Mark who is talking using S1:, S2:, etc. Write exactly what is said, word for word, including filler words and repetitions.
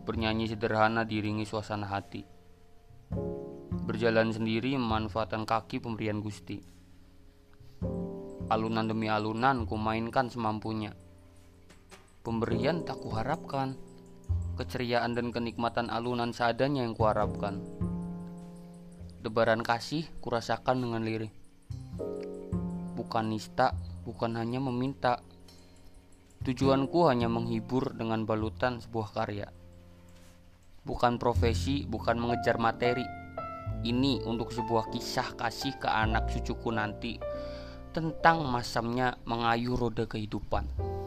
S1: bernyanyi sederhana diiringi suasana hati. Berjalan sendiri memanfaatkan kaki pemberian Gusti. Alunan demi alunan kumainkan semampunya. Pemberian tak kuharapkan, keceriaan dan kenikmatan alunan seadanya yang kuharapkan. Debaran kasih kurasakan dengan lirih. Bukan nista, bukan hanya meminta. Tujuanku hanya menghibur dengan balutan sebuah karya. Bukan profesi, bukan mengejar materi. Ini untuk sebuah kisah kasih ke anak cucuku nanti, tentang masamnya mengayuh roda kehidupan.